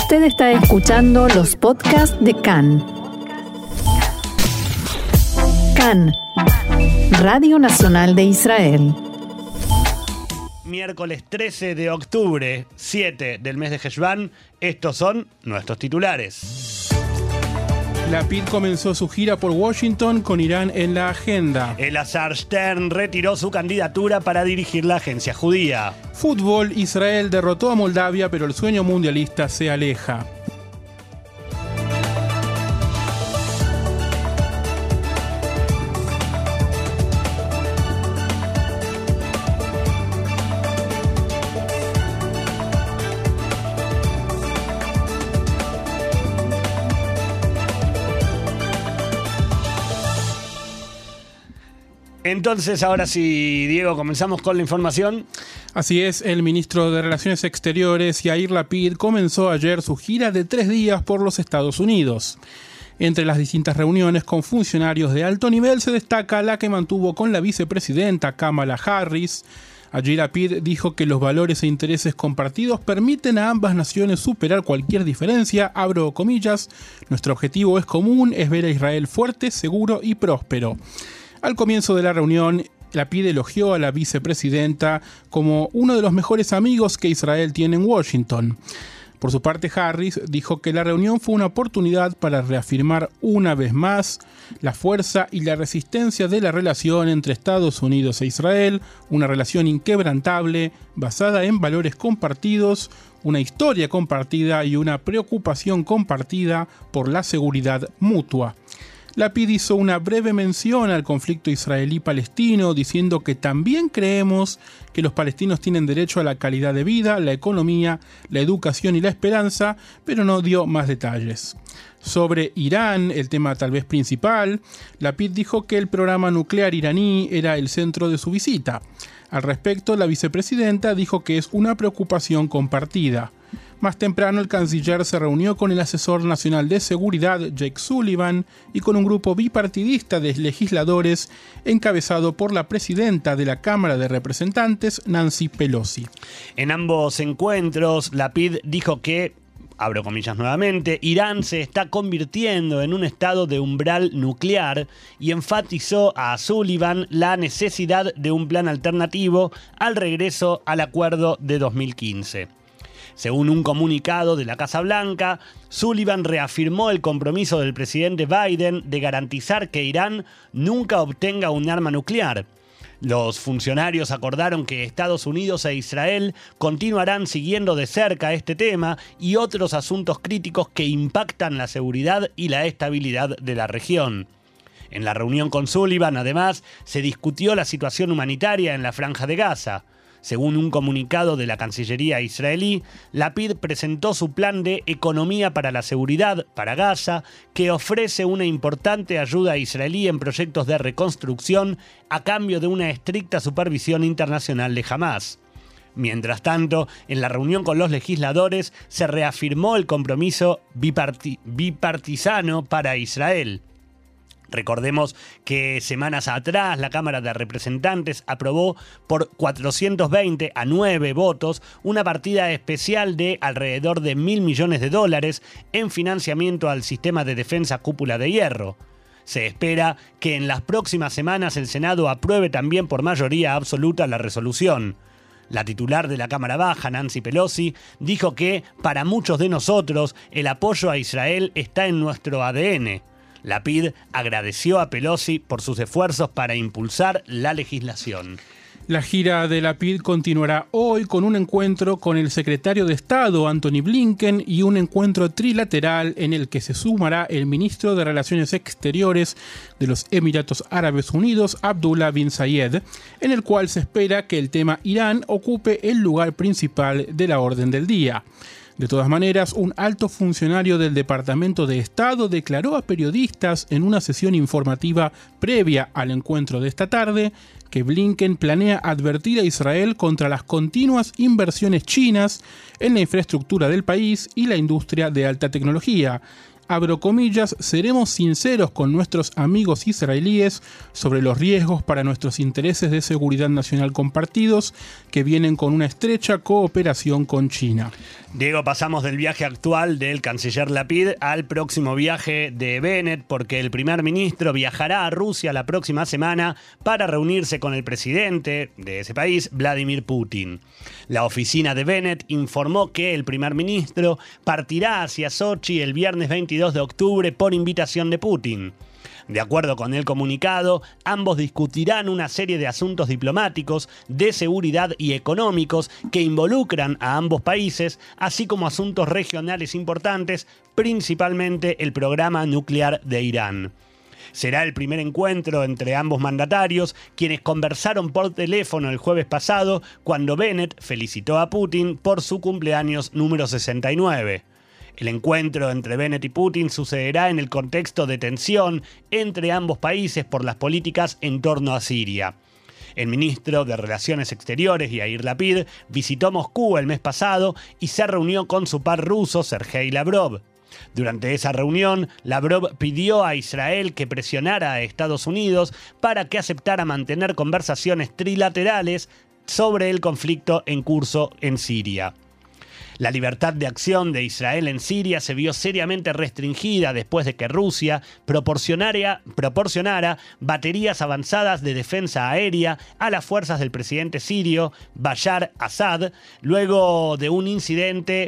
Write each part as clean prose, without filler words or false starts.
Usted está escuchando los podcasts de CAN. CAN, Radio Nacional de Israel. Miércoles 13 de octubre, 7 del mes de Heshvan, estos son nuestros titulares. Lapid comenzó su gira por Washington con Irán en la agenda. Elazar Stern retiró su candidatura para dirigir la agencia judía. Fútbol, Israel derrotó a Moldavia, pero el sueño mundialista se aleja. Entonces, ahora sí, Diego, comenzamos con la información. Así es, el ministro de Relaciones Exteriores, Yair Lapid, comenzó ayer su gira de 3 días por los Estados Unidos. Entre las distintas reuniones con funcionarios de alto nivel se destaca la que mantuvo con la vicepresidenta Kamala Harris. Allí Lapid dijo que los valores e intereses compartidos permiten a ambas naciones superar cualquier diferencia, abro comillas, nuestro objetivo es común, es ver a Israel fuerte, seguro y próspero. Al comienzo de la reunión, Lapid elogió a la vicepresidenta como uno de los mejores amigos que Israel tiene en Washington. Por su parte, Harris dijo que la reunión fue una oportunidad para reafirmar una vez más la fuerza y la resistencia de la relación entre Estados Unidos e Israel, una relación inquebrantable, basada en valores compartidos, una historia compartida y una preocupación compartida por la seguridad mutua. Lapid hizo una breve mención al conflicto israelí-palestino, diciendo que también creemos que los palestinos tienen derecho a la calidad de vida, la economía, la educación y la esperanza, pero no dio más detalles. Sobre Irán, el tema tal vez principal, Lapid dijo que el programa nuclear iraní era el centro de su visita. Al respecto, la vicepresidenta dijo que es una preocupación compartida. Más temprano, el canciller se reunió con el asesor nacional de seguridad, Jake Sullivan, y con un grupo bipartidista de legisladores encabezado por la presidenta de la Cámara de Representantes, Nancy Pelosi. En ambos encuentros, Lapid dijo que, abro comillas nuevamente, Irán se está convirtiendo en un estado de umbral nuclear y enfatizó a Sullivan la necesidad de un plan alternativo al regreso al acuerdo de 2015. Según un comunicado de la Casa Blanca, Sullivan reafirmó el compromiso del presidente Biden de garantizar que Irán nunca obtenga un arma nuclear. Los funcionarios acordaron que Estados Unidos e Israel continuarán siguiendo de cerca este tema y otros asuntos críticos que impactan la seguridad y la estabilidad de la región. En la reunión con Sullivan, además, se discutió la situación humanitaria en la Franja de Gaza. Según un comunicado de la Cancillería israelí, Lapid presentó su plan de economía para la seguridad para Gaza, que ofrece una importante ayuda israelí en proyectos de reconstrucción a cambio de una estricta supervisión internacional de Hamás. Mientras tanto, en la reunión con los legisladores se reafirmó el compromiso bipartisano para Israel. Recordemos que semanas atrás la Cámara de Representantes aprobó por 420 a 9 votos una partida especial de alrededor de $1.000 millones en financiamiento al sistema de defensa Cúpula de Hierro. Se espera que en las próximas semanas el Senado apruebe también por mayoría absoluta la resolución. La titular de la Cámara Baja, Nancy Pelosi, dijo que para muchos de nosotros el apoyo a Israel está en nuestro ADN. Lapid agradeció a Pelosi por sus esfuerzos para impulsar la legislación. La gira de Lapid continuará hoy con un encuentro con el secretario de Estado, Antony Blinken, y un encuentro trilateral en el que se sumará el ministro de Relaciones Exteriores de los Emiratos Árabes Unidos, Abdullah bin Zayed, en el cual se espera que el tema Irán ocupe el lugar principal de la orden del día. De todas maneras, un alto funcionario del Departamento de Estado declaró a periodistas en una sesión informativa previa al encuentro de esta tarde que Blinken planea advertir a Israel contra las continuas inversiones chinas en la infraestructura del país y la industria de alta tecnología, abro comillas, seremos sinceros con nuestros amigos israelíes sobre los riesgos para nuestros intereses de seguridad nacional compartidos que vienen con una estrecha cooperación con China. Diego, pasamos del viaje actual del canciller Lapid al próximo viaje de Bennett, porque el primer ministro viajará a Rusia la próxima semana para reunirse con el presidente de ese país, Vladimir Putin. La oficina de Bennett informó que el primer ministro partirá hacia Sochi el viernes 22 de octubre por invitación de Putin. De acuerdo con el comunicado, ambos discutirán una serie de asuntos diplomáticos, de seguridad y económicos que involucran a ambos países, así como asuntos regionales importantes, principalmente el programa nuclear de Irán. Será el primer encuentro entre ambos mandatarios, quienes conversaron por teléfono el jueves pasado cuando Bennett felicitó a Putin por su cumpleaños número 69. El encuentro entre Bennett y Putin sucederá en el contexto de tensión entre ambos países por las políticas en torno a Siria. El ministro de Relaciones Exteriores, Yair Lapid, visitó Moscú el mes pasado y se reunió con su par ruso, Sergei Lavrov. Durante esa reunión, Lavrov pidió a Israel que presionara a Estados Unidos para que aceptara mantener conversaciones trilaterales sobre el conflicto en curso en Siria. La libertad de acción de Israel en Siria se vio seriamente restringida después de que Rusia proporcionara baterías avanzadas de defensa aérea a las fuerzas del presidente sirio Bashar Assad, luego de un incidente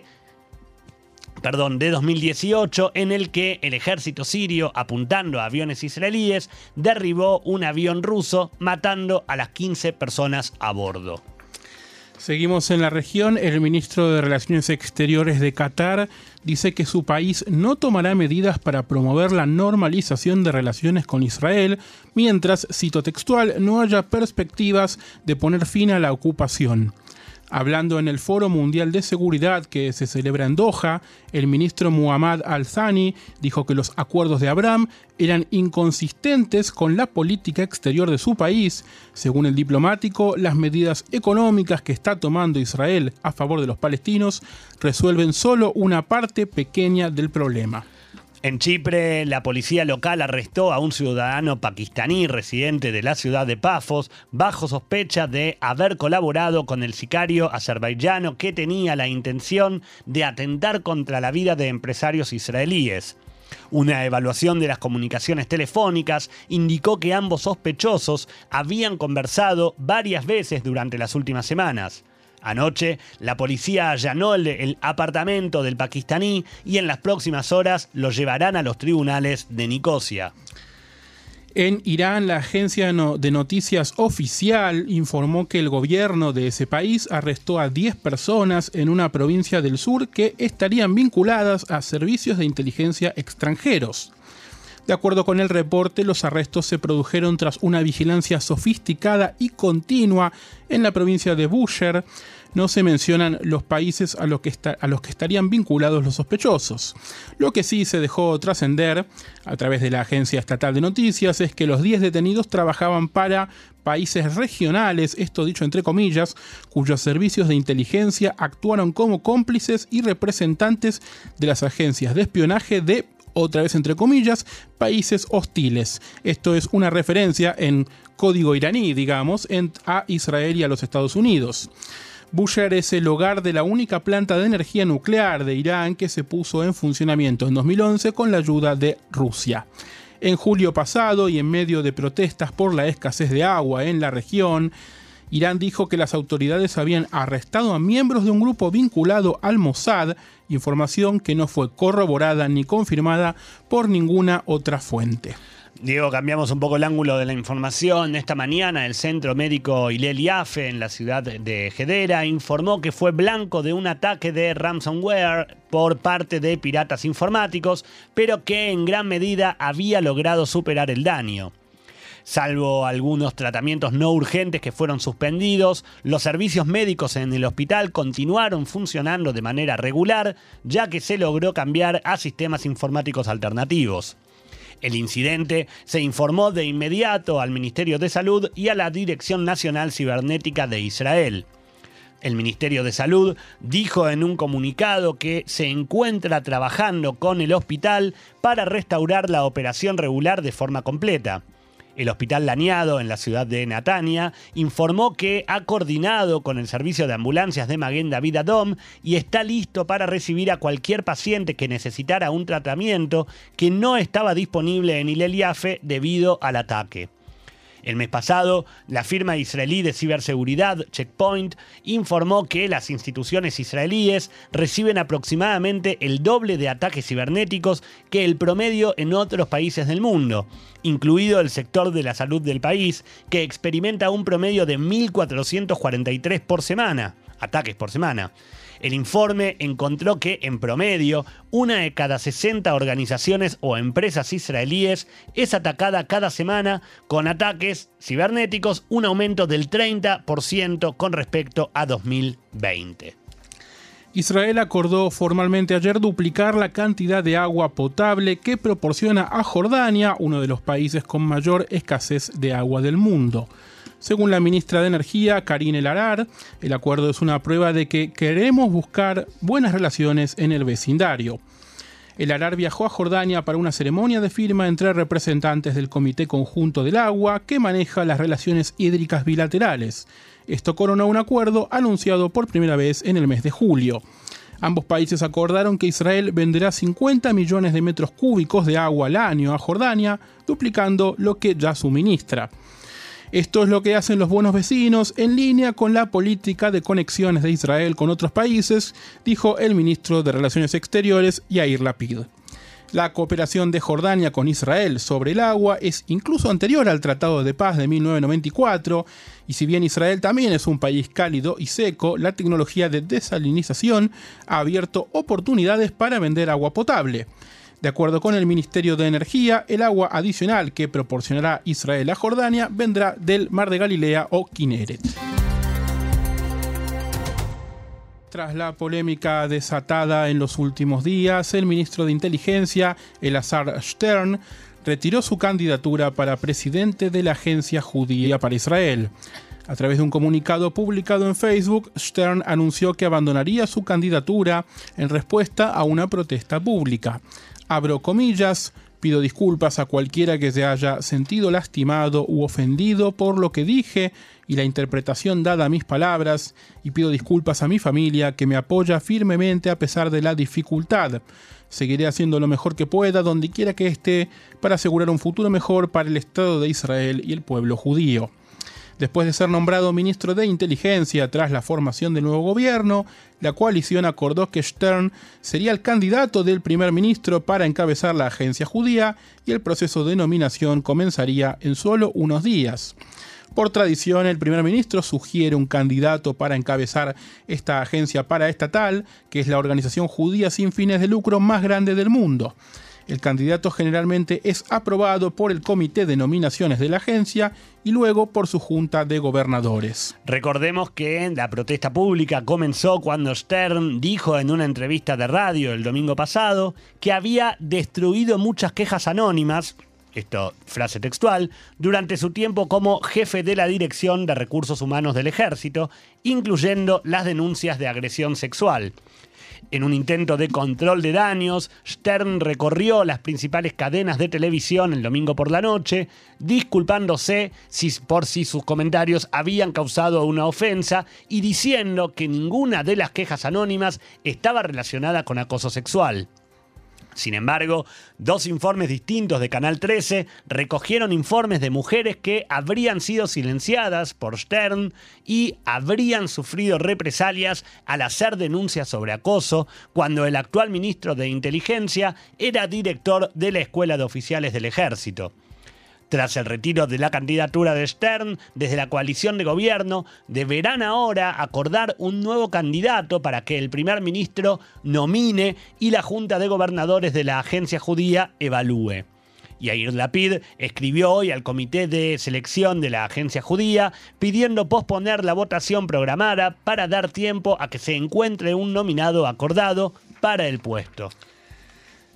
de 2018 en el que el ejército sirio, apuntando a aviones israelíes, derribó un avión ruso, matando a las 15 personas a bordo. Seguimos en la región. El ministro de Relaciones Exteriores de Qatar dice que su país no tomará medidas para promover la normalización de relaciones con Israel, mientras, cito textual, no haya perspectivas de poner fin a la ocupación. Hablando en el Foro Mundial de Seguridad que se celebra en Doha, el ministro Muhammad Al-Thani dijo que los acuerdos de Abraham eran inconsistentes con la política exterior de su país. Según el diplomático, las medidas económicas que está tomando Israel a favor de los palestinos resuelven solo una parte pequeña del problema. En Chipre, la policía local arrestó a un ciudadano pakistaní residente de la ciudad de Pafos bajo sospecha de haber colaborado con el sicario azerbaiyano que tenía la intención de atentar contra la vida de empresarios israelíes. Una evaluación de las comunicaciones telefónicas indicó que ambos sospechosos habían conversado varias veces durante las últimas semanas. Anoche, la policía allanó el apartamento del pakistaní y en las próximas horas lo llevarán a los tribunales de Nicosia. En Irán, la agencia de noticias oficial informó que el gobierno de ese país arrestó a 10 personas en una provincia del sur que estarían vinculadas a servicios de inteligencia extranjeros. De acuerdo con el reporte, los arrestos se produjeron tras una vigilancia sofisticada y continua en la provincia de Bushehr. No se mencionan los países a los que estarían vinculados los sospechosos. Lo que sí se dejó trascender a través de la agencia estatal de noticias es que los 10 detenidos trabajaban para países regionales, esto dicho entre comillas, cuyos servicios de inteligencia actuaron como cómplices y representantes de las agencias de espionaje de, otra vez entre comillas, países hostiles. Esto es una referencia en código iraní, digamos, a Israel y a los Estados Unidos. Bushehr es el hogar de la única planta de energía nuclear de Irán que se puso en funcionamiento en 2011 con la ayuda de Rusia. En julio pasado, y en medio de protestas por la escasez de agua en la región, Irán dijo que las autoridades habían arrestado a miembros de un grupo vinculado al Mossad, información que no fue corroborada ni confirmada por ninguna otra fuente. Diego, cambiamos un poco el ángulo de la información. Esta mañana el Centro Médico Hillel Yafe en la ciudad de Hedera informó que fue blanco de un ataque de ransomware por parte de piratas informáticos, pero que en gran medida había logrado superar el daño. Salvo algunos tratamientos no urgentes que fueron suspendidos, los servicios médicos en el hospital continuaron funcionando de manera regular, ya que se logró cambiar a sistemas informáticos alternativos. El incidente se informó de inmediato al Ministerio de Salud y a la Dirección Nacional Cibernética de Israel. El Ministerio de Salud dijo en un comunicado que se encuentra trabajando con el hospital para restaurar la operación regular de forma completa. El Hospital Laniado, en la ciudad de Netanya, informó que ha coordinado con el servicio de ambulancias de Maguen David Adom y está listo para recibir a cualquier paciente que necesitara un tratamiento que no estaba disponible en Hillel Yafe debido al ataque. El mes pasado, la firma israelí de ciberseguridad Check Point informó que las instituciones israelíes reciben aproximadamente el doble de ataques cibernéticos que el promedio en otros países del mundo, incluido el sector de la salud del país, que experimenta un promedio de 1.443 por semana, ataques por semana. El informe encontró que, en promedio, una de cada 60 organizaciones o empresas israelíes es atacada cada semana con ataques cibernéticos, un aumento del 30% con respecto a 2020. Israel acordó formalmente ayer duplicar la cantidad de agua potable que proporciona a Jordania, uno de los países con mayor escasez de agua del mundo. Según la ministra de Energía, Karine El-Arar, el acuerdo es una prueba de que queremos buscar buenas relaciones en el vecindario. El-Arar viajó a Jordania para una ceremonia de firma entre representantes del Comité Conjunto del Agua que maneja las relaciones hídricas bilaterales. Esto coronó un acuerdo anunciado por primera vez en el mes de julio. Ambos países acordaron que Israel venderá 50 millones de metros cúbicos de agua al año a Jordania, duplicando lo que ya suministra. Esto es lo que hacen los buenos vecinos en línea con la política de conexiones de Israel con otros países, dijo el ministro de Relaciones Exteriores, Yair Lapid. La cooperación de Jordania con Israel sobre el agua es incluso anterior al Tratado de Paz de 1994, y si bien Israel también es un país cálido y seco, la tecnología de desalinización ha abierto oportunidades para vender agua potable. De acuerdo con el Ministerio de Energía, el agua adicional que proporcionará Israel a Jordania vendrá del Mar de Galilea o Kineret. Tras la polémica desatada en los últimos días, el ministro de Inteligencia, Elazar Stern, retiró su candidatura para presidente de la Agencia Judía para Israel. A través de un comunicado publicado en Facebook, Stern anunció que abandonaría su candidatura en respuesta a una protesta pública. Abro comillas, pido disculpas a cualquiera que se haya sentido lastimado u ofendido por lo que dije y la interpretación dada a mis palabras, y pido disculpas a mi familia que me apoya firmemente a pesar de la dificultad. Seguiré haciendo lo mejor que pueda donde quiera que esté para asegurar un futuro mejor para el Estado de Israel y el pueblo judío. Después de ser nombrado ministro de Inteligencia tras la formación del nuevo gobierno, la coalición acordó que Stern sería el candidato del primer ministro para encabezar la agencia judía y el proceso de nominación comenzaría en solo unos días. Por tradición, el primer ministro sugiere un candidato para encabezar esta agencia paraestatal, que es la organización judía sin fines de lucro más grande del mundo. El candidato generalmente es aprobado por el comité de nominaciones de la agencia y luego por su junta de gobernadores. Recordemos que la protesta pública comenzó cuando Stern dijo en una entrevista de radio el domingo pasado que había destruido muchas quejas anónimas, esto frase textual, durante su tiempo como jefe de la Dirección de Recursos Humanos del Ejército, incluyendo las denuncias de agresión sexual. En un intento de control de daños, Stern recorrió las principales cadenas de televisión el domingo por la noche, disculpándose por si sus comentarios habían causado una ofensa y diciendo que ninguna de las quejas anónimas estaba relacionada con acoso sexual. Sin embargo, dos informes distintos de Canal 13 recogieron informes de mujeres que habrían sido silenciadas por Stern y habrían sufrido represalias al hacer denuncias sobre acoso cuando el actual ministro de Inteligencia era director de la Escuela de Oficiales del Ejército. Tras el retiro de la candidatura de Stern desde la coalición de gobierno, deberán ahora acordar un nuevo candidato para que el primer ministro nomine y la junta de gobernadores de la agencia judía evalúe. Yair Lapid escribió hoy al comité de selección de la agencia judía pidiendo posponer la votación programada para dar tiempo a que se encuentre un nominado acordado para el puesto.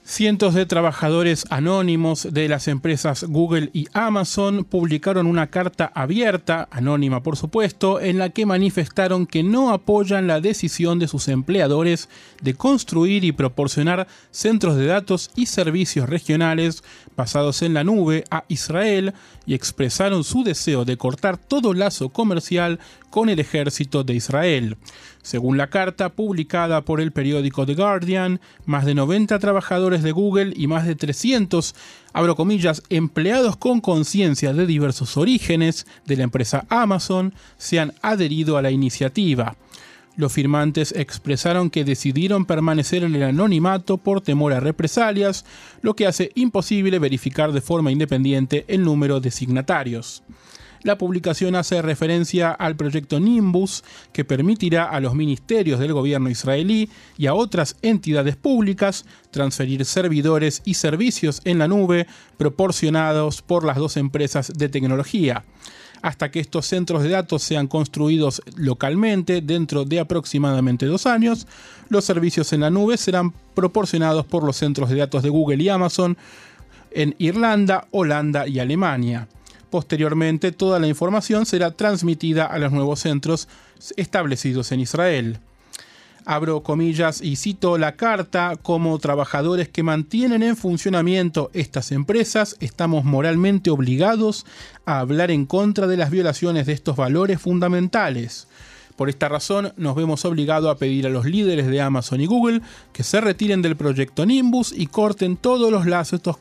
Cientos de trabajadores anónimos de las empresas Google y Amazon publicaron una carta abierta, anónima por supuesto, en la que manifestaron que no apoyan la decisión de sus empleadores de construir y proporcionar centros de datos y servicios regionales basados en la nube a Israel y expresaron su deseo de cortar todo lazo comercial con el ejército de Israel. Según la carta publicada por el periódico The Guardian, más de 90 trabajadores de Google y más de 300, abro comillas, empleados con conciencia de diversos orígenes de la empresa Amazon se han adherido a la iniciativa. Los firmantes expresaron que decidieron permanecer en el anonimato por temor a represalias, lo que hace imposible verificar de forma independiente el número de signatarios. La publicación hace referencia al proyecto Nimbus, que permitirá a los ministerios del gobierno israelí y a otras entidades públicas transferir servidores y servicios en la nube proporcionados por las dos empresas de tecnología. Hasta que estos centros de datos sean construidos localmente dentro de aproximadamente 2 años, los servicios en la nube serán proporcionados por los centros de datos de Google y Amazon en Irlanda, Holanda y Alemania. Posteriormente, toda la información será transmitida a los nuevos centros establecidos en Israel. Abro comillas y cito la carta: como trabajadores que mantienen en funcionamiento estas empresas, estamos moralmente obligados a hablar en contra de las violaciones de estos valores fundamentales. Por esta razón, nos vemos obligados a pedir a los líderes de Amazon y Google que se retiren del proyecto Nimbus y corten todos los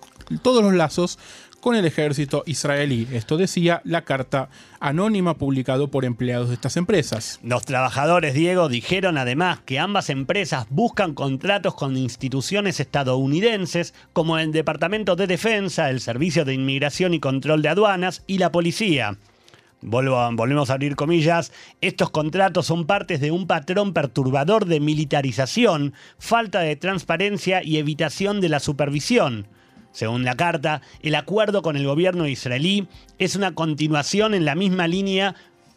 lazos con el ejército israelí. Esto decía la carta anónima publicada por empleados de estas empresas. Los trabajadores, Diego, dijeron además que ambas empresas buscan contratos con instituciones estadounidenses como el Departamento de Defensa, el Servicio de Inmigración y Control de Aduanas y la Policía. Volvemos a abrir comillas. Estos contratos son partes de un patrón perturbador de militarización, falta de transparencia y evitación de la supervisión. Según la carta, el acuerdo con el gobierno israelí es una continuación en la misma línea,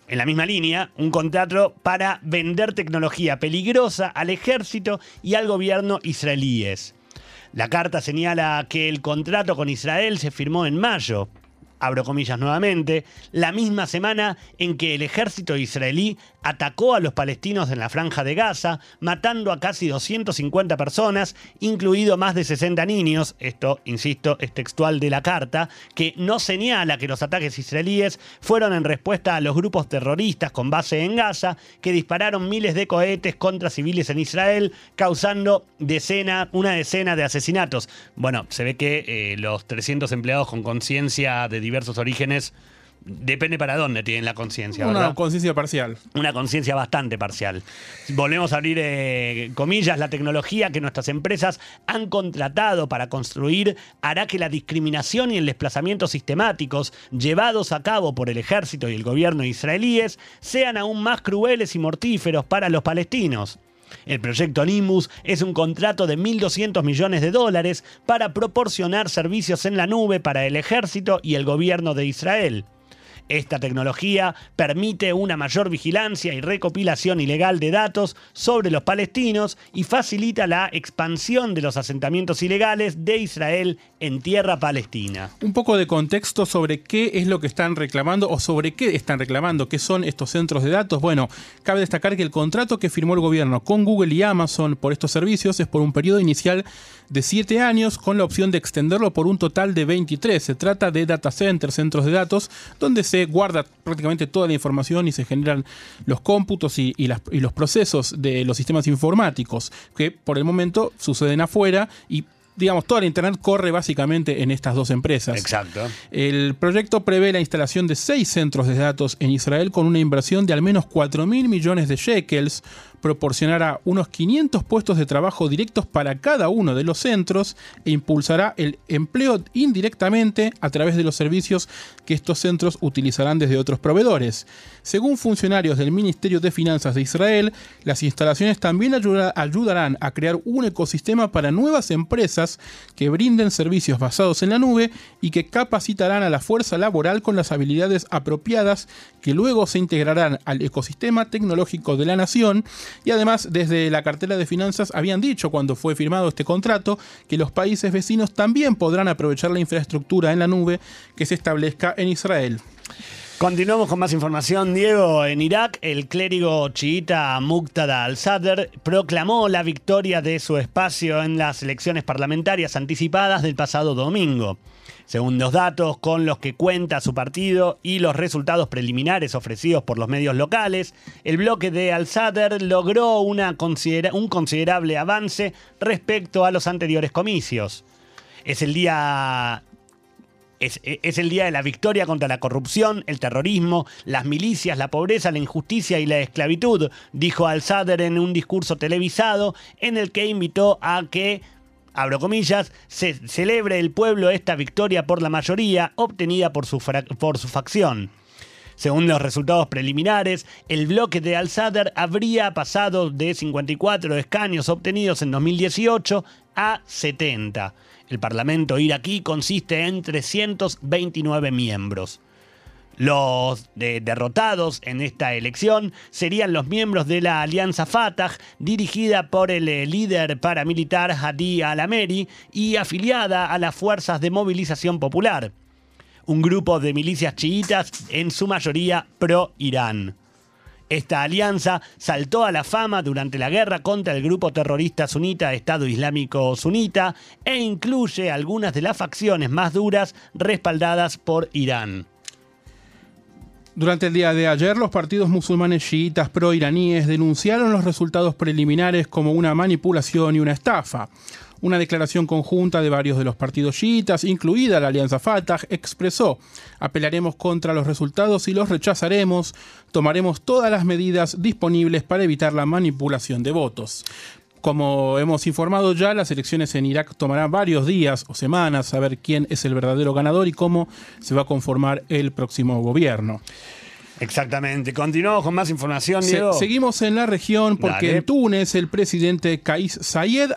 un contrato para vender tecnología peligrosa al ejército y al gobierno israelíes. La carta señala que el contrato con Israel se firmó en mayo, abro comillas nuevamente, la misma semana en que el ejército israelí atacó a los palestinos en la Franja de Gaza, matando a casi 250 personas, incluido más de 60 niños. Esto, insisto, es textual de la carta, que no señala que los ataques israelíes fueron en respuesta a los grupos terroristas con base en Gaza, que dispararon miles de cohetes contra civiles en Israel, causando una decena de asesinatos. Bueno, se ve que los 300 empleados con conciencia de diversos orígenes, depende para dónde tienen la conciencia, ¿verdad? Una conciencia parcial. Una conciencia bastante parcial. Volvemos a abrir comillas. La tecnología que nuestras empresas han contratado para construir hará que la discriminación y el desplazamiento sistemáticos llevados a cabo por el ejército y el gobierno israelíes sean aún más crueles y mortíferos para los palestinos. El proyecto Nimbus es un contrato de $1.200 millones para proporcionar servicios en la nube para el ejército y el gobierno de Israel. Esta tecnología permite una mayor vigilancia y recopilación ilegal de datos sobre los palestinos y facilita la expansión de los asentamientos ilegales de Israel en tierra palestina. Un poco de contexto sobre qué es lo que están reclamando o sobre qué están reclamando, qué son estos centros de datos. Bueno, cabe destacar que el contrato que firmó el gobierno con Google y Amazon por estos servicios es por un periodo inicial de 7 años con la opción de extenderlo por un total de 23. Se trata de data centers, centros de datos, donde se guarda prácticamente toda la información y se generan los cómputos y los procesos de los sistemas informáticos que por el momento suceden afuera y digamos, toda la internet corre básicamente en estas dos empresas. Exacto. El proyecto prevé la instalación de 6 centros de datos en Israel con una inversión de al menos 4.000 millones de shekels, proporcionará unos 500 puestos de trabajo directos para cada uno de los centros e impulsará el empleo indirectamente a través de los servicios que estos centros utilizarán desde otros proveedores. Según funcionarios del Ministerio de Finanzas de Israel, las instalaciones también ayudarán a crear un ecosistema para nuevas empresas que brinden servicios basados en la nube y que capacitarán a la fuerza laboral con las habilidades apropiadas que luego se integrarán al ecosistema tecnológico de la nación Y además, desde la cartera de finanzas habían dicho cuando fue firmado este contrato que los países vecinos también podrán aprovechar la infraestructura en la nube que se establezca en Israel. Continuamos con más información, Diego. En Irak, el clérigo chiita Muqtada al-Sadr proclamó la victoria de su espacio en las elecciones parlamentarias anticipadas del pasado domingo. Según los datos con los que cuenta su partido y los resultados preliminares ofrecidos por los medios locales, el bloque de al-Sadr logró un considerable avance respecto a los anteriores comicios. Es el día de la victoria contra la corrupción, el terrorismo, las milicias, la pobreza, la injusticia y la esclavitud, dijo al-Sadr en un discurso televisado en el que invitó a que, abro comillas, se celebre el pueblo esta victoria por la mayoría obtenida por su facción. Según los resultados preliminares, el bloque de al-Sadr habría pasado de 54 escaños obtenidos en 2018 a 70. El parlamento iraquí consiste en 329 miembros. Los derrotados en esta elección serían los miembros de la Alianza Fatah, dirigida por el líder paramilitar Hadi al-Ameri y afiliada a las Fuerzas de Movilización Popular, un grupo de milicias chiitas en su mayoría pro-Irán. Esta alianza saltó a la fama durante la guerra contra el grupo terrorista sunita Estado Islámico Sunita e incluye algunas de las facciones más duras respaldadas por Irán. Durante el día de ayer, los partidos musulmanes chiitas pro-iraníes denunciaron los resultados preliminares como una manipulación y una estafa. Una declaración conjunta de varios de los partidos chiitas, incluida la Alianza Fatah, expresó: apelaremos contra los resultados y los rechazaremos, tomaremos todas las medidas disponibles para evitar la manipulación de votos. Como hemos informado ya, las elecciones en Irak tomarán varios días o semanas saber quién es el verdadero ganador y cómo se va a conformar el próximo gobierno. Exactamente. Continuamos con más información, Diego. Seguimos en la región porque en Túnez el presidente Kais Saied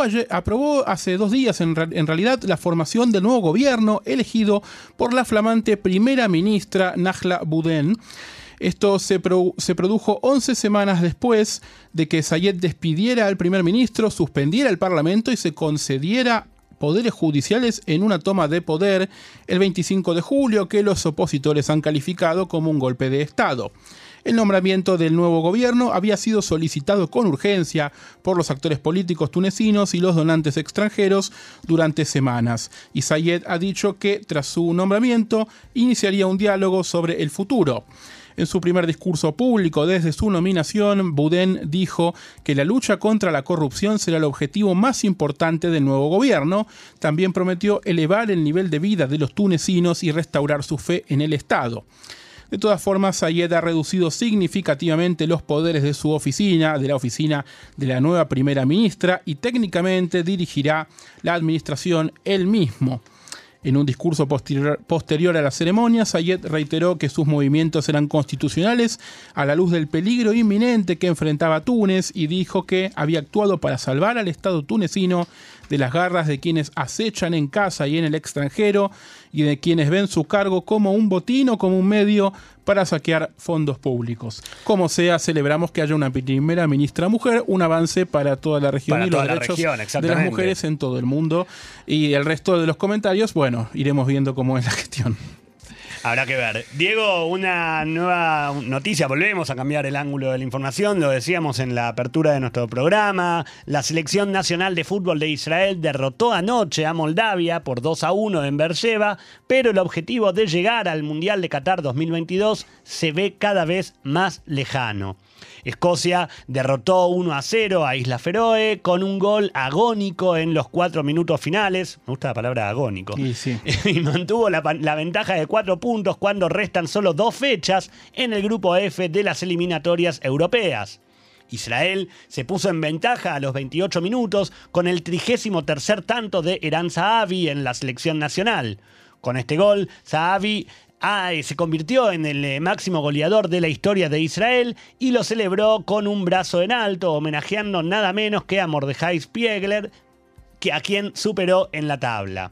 aprobó hace 2 días en realidad la formación del nuevo gobierno elegido por la flamante primera ministra Najla Bouden. Esto se produjo 11 semanas después de que Saied despidiera al primer ministro, suspendiera el parlamento y se concediera poderes judiciales en una toma de poder el 25 de julio que los opositores han calificado como un golpe de Estado. El nombramiento del nuevo gobierno había sido solicitado con urgencia por los actores políticos tunecinos y los donantes extranjeros durante semanas, y Saied ha dicho que tras su nombramiento iniciaría un diálogo sobre el futuro. En su primer discurso público desde su nominación, Bouden dijo que la lucha contra la corrupción será el objetivo más importante del nuevo gobierno. También prometió elevar el nivel de vida de los tunecinos y restaurar su fe en el Estado. De todas formas, Saied ha reducido significativamente los poderes de su oficina, de la oficina de la nueva primera ministra, y técnicamente dirigirá la administración él mismo. En un discurso posterior a la ceremonia, Saied reiteró que sus movimientos eran constitucionales a la luz del peligro inminente que enfrentaba Túnez y dijo que había actuado para salvar al Estado tunecino de las garras de quienes acechan en casa y en el extranjero y de quienes ven su cargo como un botín o como un medio para saquear fondos públicos. Como sea, celebramos que haya una primera ministra mujer, un avance para toda la región y los derechos de las mujeres en todo el mundo. Y el resto de los comentarios, bueno, iremos viendo cómo es la gestión. Habrá que ver. Diego, una nueva noticia. Volvemos a cambiar el ángulo de la información. Lo decíamos en la apertura de nuestro programa. La Selección Nacional de Fútbol de Israel derrotó anoche a Moldavia por 2-1 en Beersheba, pero el objetivo de llegar al Mundial de Qatar 2022 se ve cada vez más lejano. Escocia derrotó 1-0 a Islas Feroe con un gol agónico en los 4 minutos finales. Me gusta la palabra agónico. Sí. Y mantuvo la ventaja de 4 puntos cuando restan solo 2 fechas en el grupo F de las eliminatorias europeas. Israel se puso en ventaja a los 28 minutos con el 33º tanto de Eran Zahavi en la selección nacional. Con este gol, Zahavi se convirtió en el máximo goleador de la historia de Israel y lo celebró con un brazo en alto, homenajeando nada menos que a Mordechai Spiegler, a quien superó en la tabla.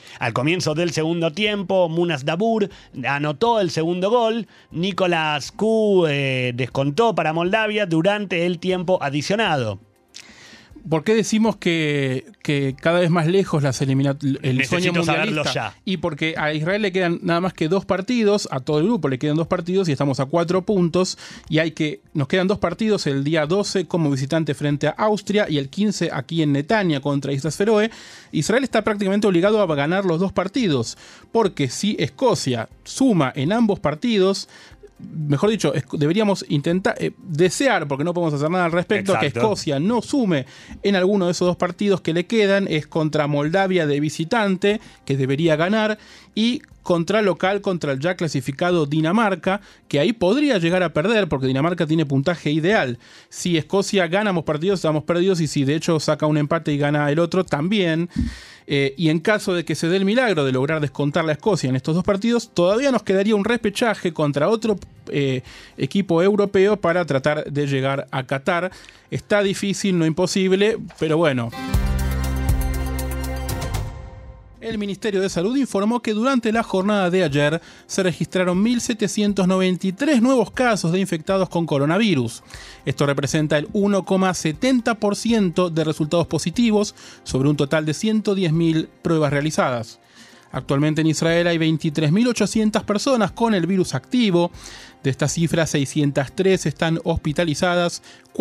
Al comienzo del segundo tiempo, Munas Dabur anotó el segundo gol. Nicolás Ku descontó para Moldavia durante el tiempo adicionado. ¿Por qué decimos que cada vez más lejos el sueño mundialista? Ya. Y porque a Israel le quedan nada más que 2 partidos, a todo el grupo le quedan 2 partidos y estamos a 4 puntos. Y nos quedan 2 partidos, el día 12 como visitante frente a Austria y el 15 aquí en Netanya contra Islas Feroe. Israel está prácticamente obligado a ganar los 2 partidos, porque si Escocia suma en ambos partidos, mejor dicho, deberíamos desear, porque no podemos hacer nada al respecto, exacto, que Escocia no sume en alguno de esos 2 partidos que le quedan. Es contra Moldavia de visitante, que debería ganar, y contra local, contra el ya clasificado Dinamarca, que ahí podría llegar a perder, porque Dinamarca tiene puntaje ideal. Si Escocia gana ambos partidos, estamos perdidos, y si de hecho saca un empate y gana el otro, también. Y en caso de que se dé el milagro de lograr descontar la Escocia en estos 2 partidos, todavía nos quedaría un repechaje contra otro equipo europeo para tratar de llegar a Qatar. Está difícil, no imposible, pero bueno. El Ministerio de Salud informó que durante la jornada de ayer se registraron 1.793 nuevos casos de infectados con coronavirus. Esto representa el 1,70% de resultados positivos sobre un total de 110.000 pruebas realizadas. Actualmente en Israel hay 23.800 personas con el virus activo. De estas cifras, 603 están hospitalizadas,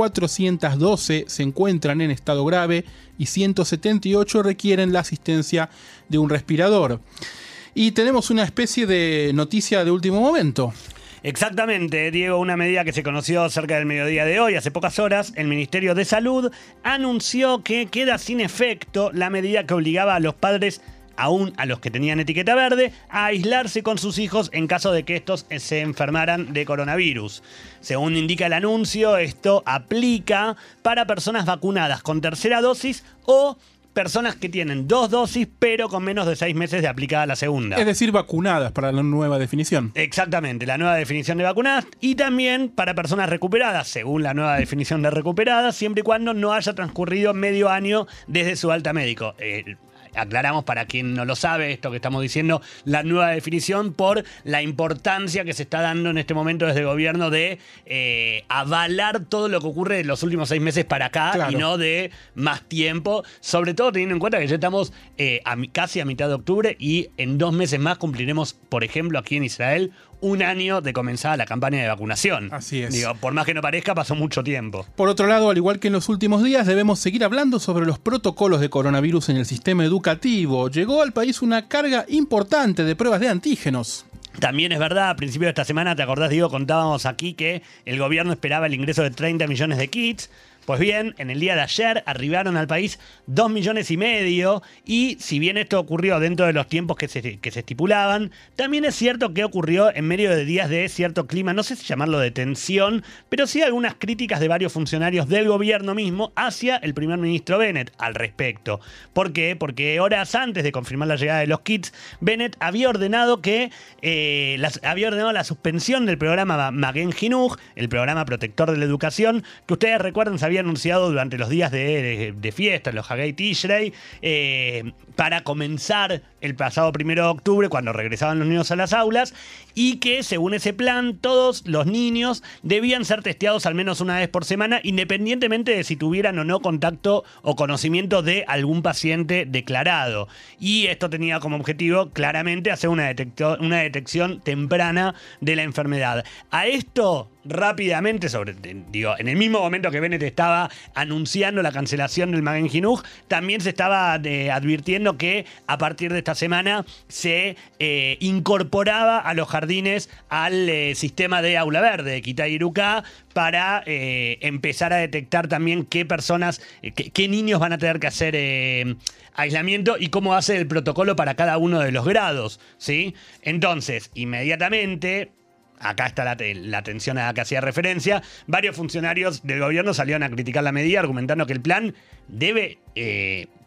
412 se encuentran en estado grave y 178 requieren la asistencia de un respirador. Y tenemos una especie de noticia de último momento. Exactamente, Diego, una medida que se conoció cerca del mediodía de hoy, hace pocas horas. El Ministerio de Salud anunció que queda sin efecto la medida que obligaba a los padres, aún a los que tenían etiqueta verde, a aislarse con sus hijos en caso de que estos se enfermaran de coronavirus. Según indica el anuncio, esto aplica para personas vacunadas con tercera dosis o personas que tienen 2 dosis pero con menos de 6 meses de aplicada la segunda. Es decir, vacunadas para la nueva definición. Exactamente, la nueva definición de vacunadas, y también para personas recuperadas, según la nueva definición de recuperadas, siempre y cuando no haya transcurrido medio año desde su alta médico. Aclaramos para quien no lo sabe esto que estamos diciendo, la nueva definición por la importancia que se está dando en este momento desde el gobierno de avalar todo lo que ocurre de los últimos 6 meses para acá, claro, y no de más tiempo, sobre todo teniendo en cuenta que ya estamos casi a mitad de octubre y en 2 meses más cumpliremos, por ejemplo, aquí en Israel, 1 año de comenzada la campaña de vacunación. Así es. Digo, por más que no parezca, pasó mucho tiempo. Por otro lado, al igual que en los últimos días, debemos seguir hablando sobre los protocolos de coronavirus en el sistema educativo. Llegó al país una carga importante de pruebas de antígenos. También es verdad, a principios de esta semana, ¿te acordás, Diego? Contábamos aquí que el gobierno esperaba el ingreso de 30 millones de kits. Pues bien, en el día de ayer arribaron al país 2,5 millones y si bien esto ocurrió dentro de los tiempos que se estipulaban, también es cierto que ocurrió en medio de días de cierto clima, no sé si llamarlo de tensión, pero sí algunas críticas de varios funcionarios del gobierno mismo hacia el primer ministro Bennett al respecto. ¿Por qué? Porque horas antes de confirmar la llegada de los kits, Bennett había ordenado la suspensión del programa Magen Hinuch, el programa protector de la educación, que ustedes recuerdan se había anunciado durante los días de fiesta, los Haggai Tishrei, para comenzar el pasado 1 de octubre, cuando regresaban los niños a las aulas, y que según ese plan todos los niños debían ser testeados al menos una vez por semana, independientemente de si tuvieran o no contacto o conocimiento de algún paciente declarado. Y esto tenía como objetivo claramente hacer una detección temprana de la enfermedad. A esto rápidamente, en el mismo momento que Bennett estaba anunciando la cancelación del Magen Hinuch, también se estaba advirtiendo que a partir de esta semana se incorporaba a los jardines al sistema de aula verde de Kitá Iruká para empezar a detectar también qué personas, qué niños van a tener que hacer aislamiento y cómo hace el protocolo para cada uno de los grados, ¿sí? Entonces, inmediatamente, acá está la tensión a la que hacía referencia, varios funcionarios del gobierno salieron a criticar la medida argumentando que el plan debe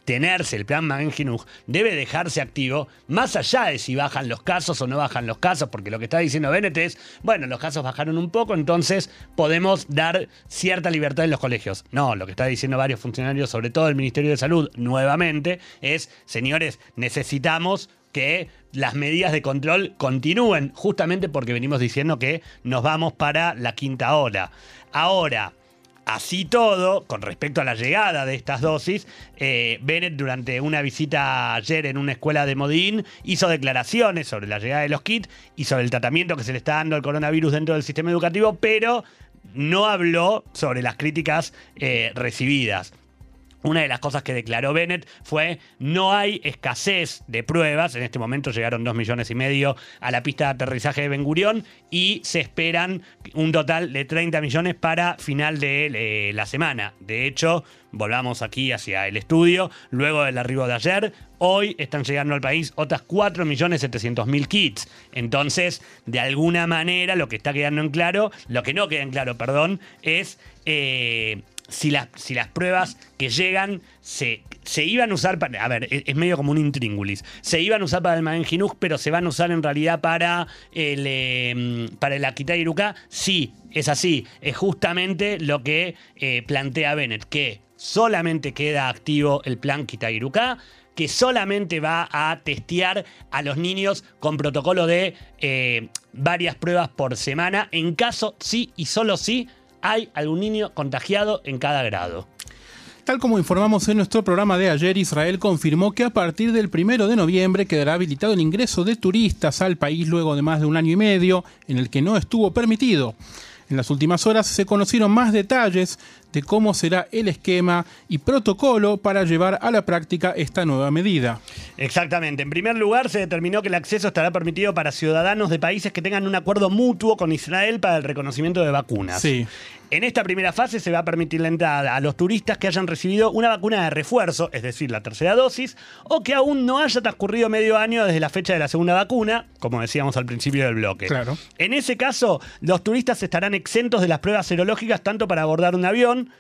mantenerse el plan Magen-Jinuj, debe dejarse activo, más allá de si bajan los casos o no bajan los casos, porque lo que está diciendo Bennett es, bueno, los casos bajaron un poco, entonces podemos dar cierta libertad en los colegios. No, lo que está diciendo varios funcionarios, sobre todo el Ministerio de Salud, nuevamente, es, señores, necesitamos que las medidas de control continúen, justamente porque venimos diciendo que nos vamos para la quinta ola. Ahora, así todo, con respecto a la llegada de estas dosis, Bennett, durante una visita ayer en una escuela de Modín, hizo declaraciones sobre la llegada de los kits y sobre el tratamiento que se le está dando al coronavirus dentro del sistema educativo, pero no habló sobre las críticas recibidas. Una de las cosas que declaró Bennett fue: no hay escasez de pruebas. En este momento llegaron 2,5 millones a la pista de aterrizaje de Ben Gurión y se esperan un total de 30 millones para final de la semana. De hecho, volvamos aquí hacia el estudio. Luego del arribo de ayer, hoy están llegando al país otras 4.700.000 kits. Entonces, de alguna manera, lo que no queda en claro, es si las pruebas que llegan se iban a usar para... A ver, es medio como un intríngulis. Se iban a usar para el Magen-Jinuj, pero se van a usar en realidad para el Akitá Iruká. Sí, es así. Es justamente lo que plantea Bennett, que solamente queda activo el plan Kitá Iruká, que solamente va a testear a los niños con protocolo de varias pruebas por semana, en caso sí y solo sí hay algún niño contagiado en cada grado. Tal como informamos en nuestro programa de ayer, Israel confirmó que a partir del 1 de noviembre quedará habilitado el ingreso de turistas al país luego de más de un año y medio en el que no estuvo permitido. En las últimas horas se conocieron más detalles de cómo será el esquema y protocolo para llevar a la práctica esta nueva medida. Exactamente. En primer lugar, se determinó que el acceso estará permitido para ciudadanos de países que tengan un acuerdo mutuo con Israel para el reconocimiento de vacunas. Sí. En esta primera fase se va a permitir la entrada a los turistas que hayan recibido una vacuna de refuerzo, es decir, la tercera dosis, o que aún no haya transcurrido medio año desde la fecha de la segunda vacuna, como decíamos al principio del bloque. Claro. En ese caso, los turistas estarán exentos de las pruebas serológicas tanto para abordar un avión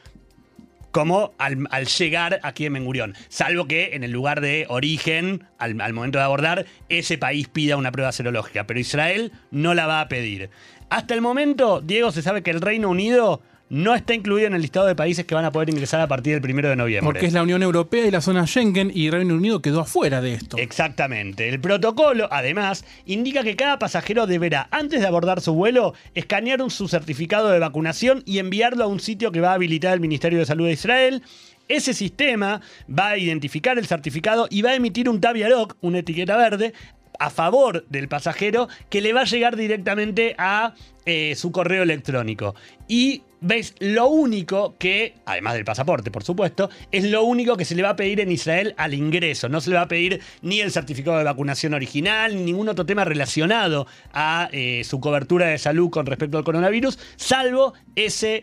como al llegar aquí en Ben Gurión, salvo que en el lugar de origen, al momento de abordar, ese país pida una prueba serológica, pero Israel no la va a pedir. Hasta el momento, Diego, se sabe que el Reino Unido no está incluido en el listado de países que van a poder ingresar a partir del 1 de noviembre. Porque es la Unión Europea y la zona Schengen, y Reino Unido quedó afuera de esto. Exactamente. El protocolo, además, indica que cada pasajero deberá, antes de abordar su vuelo, escanear su certificado de vacunación y enviarlo a un sitio que va a habilitar el Ministerio de Salud de Israel. Ese sistema va a identificar el certificado y va a emitir un Tav Yarok, una etiqueta verde, a favor del pasajero, que le va a llegar directamente a su correo electrónico. Y ¿ves? Lo único que, además del pasaporte, por supuesto, es lo único que se le va a pedir en Israel al ingreso. No se le va a pedir ni el certificado de vacunación original, ni ningún otro tema relacionado a su cobertura de salud con respecto al coronavirus, salvo ese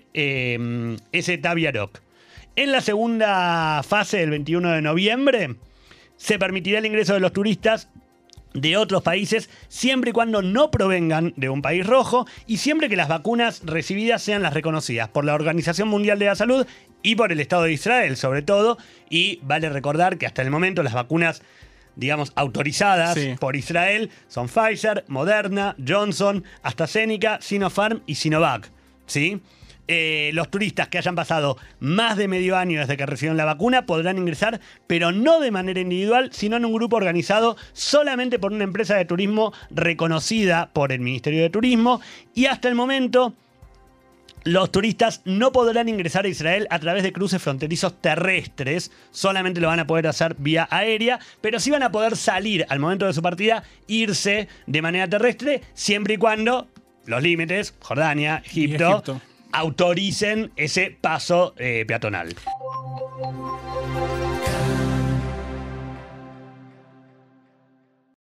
Tav Yarok. En la segunda fase, del 21 de noviembre, se permitirá el ingreso de los turistas de otros países, siempre y cuando no provengan de un país rojo y siempre que las vacunas recibidas sean las reconocidas por la Organización Mundial de la Salud y por el Estado de Israel, sobre todo. Y vale recordar que hasta el momento las vacunas, digamos, autorizadas por Israel son Pfizer, Moderna, Johnson, AstraZeneca, Sinopharm y Sinovac, ¿sí? Los turistas que hayan pasado más de medio año desde que recibieron la vacuna podrán ingresar, pero no de manera individual, sino en un grupo organizado solamente por una empresa de turismo reconocida por el Ministerio de Turismo. Y hasta el momento, los turistas no podrán ingresar a Israel a través de cruces fronterizos terrestres, solamente lo van a poder hacer vía aérea, pero sí van a poder salir al momento de su partida, irse de manera terrestre, siempre y cuando los límites, Jordania, Egipto autoricen ese paso peatonal.